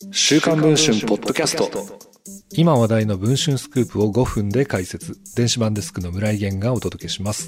週刊文春ポッドキャスト。 今話題の文春スクープを5分で解説。電子版デスクの村井源がお届けします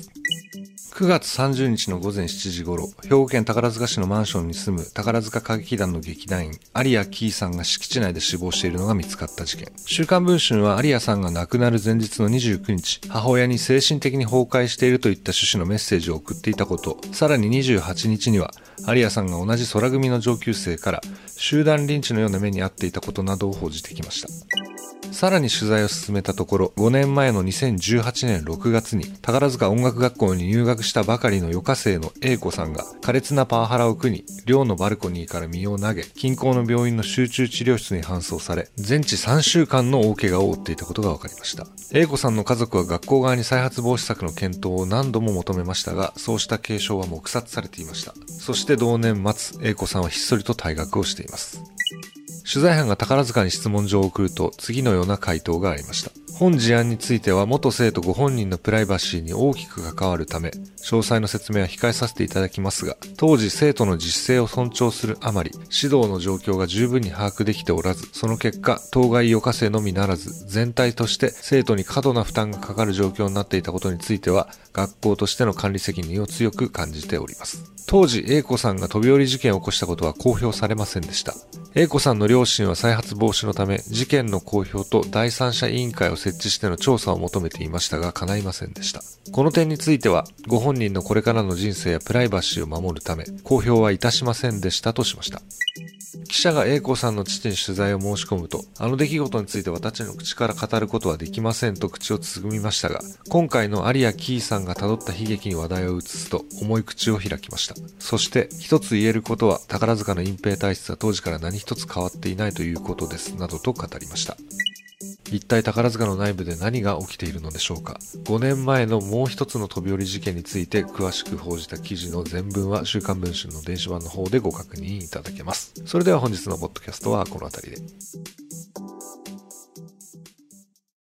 。9月30日の午前7時頃、兵庫県宝塚市のマンションに住む宝塚歌劇団の劇団員有谷キーさんが敷地内で死亡しているのが見つかった事件。週刊文春は有谷さんが亡くなる前日の29日、母親に精神的に崩壊しているといった趣旨のメッセージを送っていたこと、さらに28日には有谷さんが同じ空組の上級生から集団リンチのような目に遭っていたことなどを報じてきました。さらに取材を進めたところ、5年前の2018年6月に宝塚音楽学校に入学したばかりの余課生の A 子さんが苛烈なパワハラを苦に寮のバルコニーから身を投げ、近郊の病院の集中治療室に搬送され、全治3週間の大怪我を負っていたことが分かりました。A 子さんの家族は学校側に再発防止策の検討を何度も求めましたが、そうした警鐘は黙殺されていました。そして同年末、A 子さんはひっそりと退学をしています。取材班が宝塚に質問状を送ると、次のような回答がありました。本事案については元生徒ご本人のプライバシーに大きく関わるため、詳細の説明は控えさせていただきますが、当時生徒の自主性を尊重するあまり、指導の状況が十分に把握できておらず、その結果、当該余課生のみならず、全体として生徒に過度な負担がかかる状況になっていたことについては、学校としての管理責任を強く感じております。当時、A 子さんが飛び降り事件を起こしたことは公表されませんでした。A 子さんの両親は再発防止のため、事件の公表と第三者委員会を設置しての調査を求めていましたが、叶いませんでした。この点については、ご本人のこれからの人生やプライバシーを守るため、公表はいたしませんでしたとしました。記者が A 子さんの父に取材を申し込むと、あの出来事について私の口から語ることはできませんと口をつぐみましたが、今回の有谷キーさんが辿った悲劇に話題を移すと重い口を開きました。そして一つ言えることは、宝塚の隠蔽体質は当時から何一つ変わっていないということですなどと語りました。一体宝塚の内部で何が起きているのでしょうか。5年前のもう一つの飛び降り事件について詳しく報じた記事の全文は週刊文春の電子版の方でご確認いただけます。それでは本日のポッドキャストはこの辺りで。